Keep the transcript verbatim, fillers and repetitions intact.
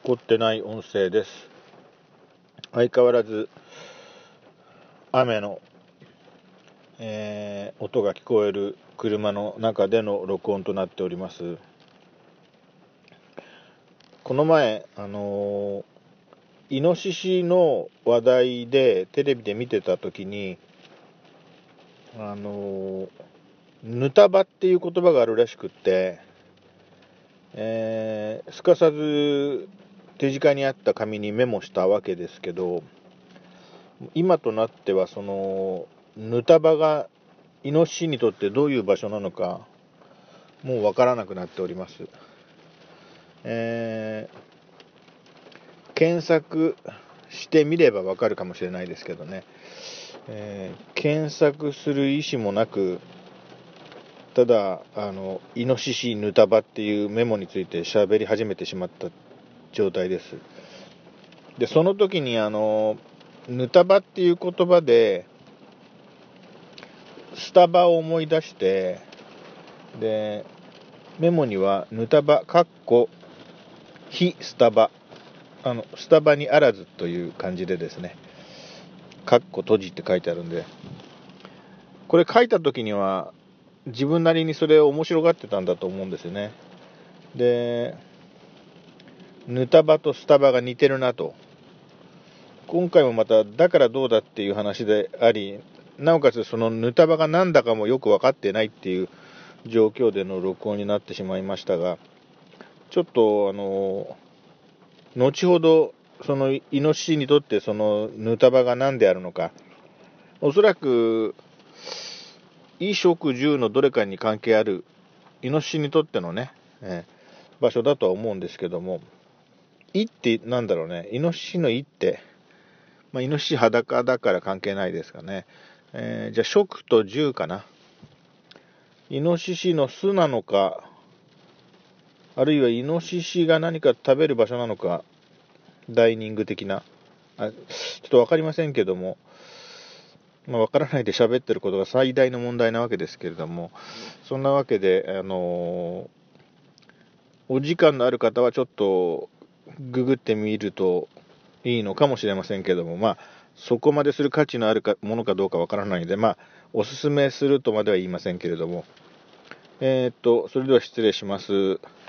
凝ってない音声です。相変わらず雨の、えー音が聞こえる車の中での録音となっております。この前、あのーイノシシの話題でテレビで見てた時に、あのーヌタバっていう言葉があるらしくって、えーすかさず手近にあった紙にメモしたわけですけど、今となってはそのヌタバがイノシシにとってどういう場所なのかもうわからなくなっております。えー検索してみればわかるかもしれないですけどね、えー検索する意思もなく、ただあのイノシシヌタバっていうメモについて喋り始めてしまった状態です。でその時にあのヌタバっていう言葉でスタバを思い出して、でメモにはヌタバかっこ非スタバ、あのスタバにあらずという感じでですね、かっこ閉じって書いてあるんで、これ書いた時には自分なりにそれを面白がってたんだと思うんですよね。でヌタバとスタバが似てるなと、今回もまただからどうだっていう話であり、なおかつそのヌタバがなんだかもよく分かってないっていう状況での録音になってしまいましたが、ちょっとあの後ほどそのイノシシにとってそのヌタバが何であるのか、おそらく衣食住のどれかに関係あるイノシシにとってのね、えー場所だとは思うんですけども、イってなんだろうね、イノシシのイって、まあ、イノシシ裸だから関係ないですかね。えーじゃあ食と住かな。イノシシの巣なのか、あるいはイノシシが何か食べる場所なのか、ダイニング的な、あちょっと分かりませんけども、まあ、分からないで喋ってることが最大の問題なわけですけれども、そんなわけで、あのーお時間のある方はちょっとググってみるといいのかもしれませんけども、まあそこまでする価値のあるかものかどうかわからないので、まあおすすめするとまでは言いませんけれども、えー、っとそれでは失礼します。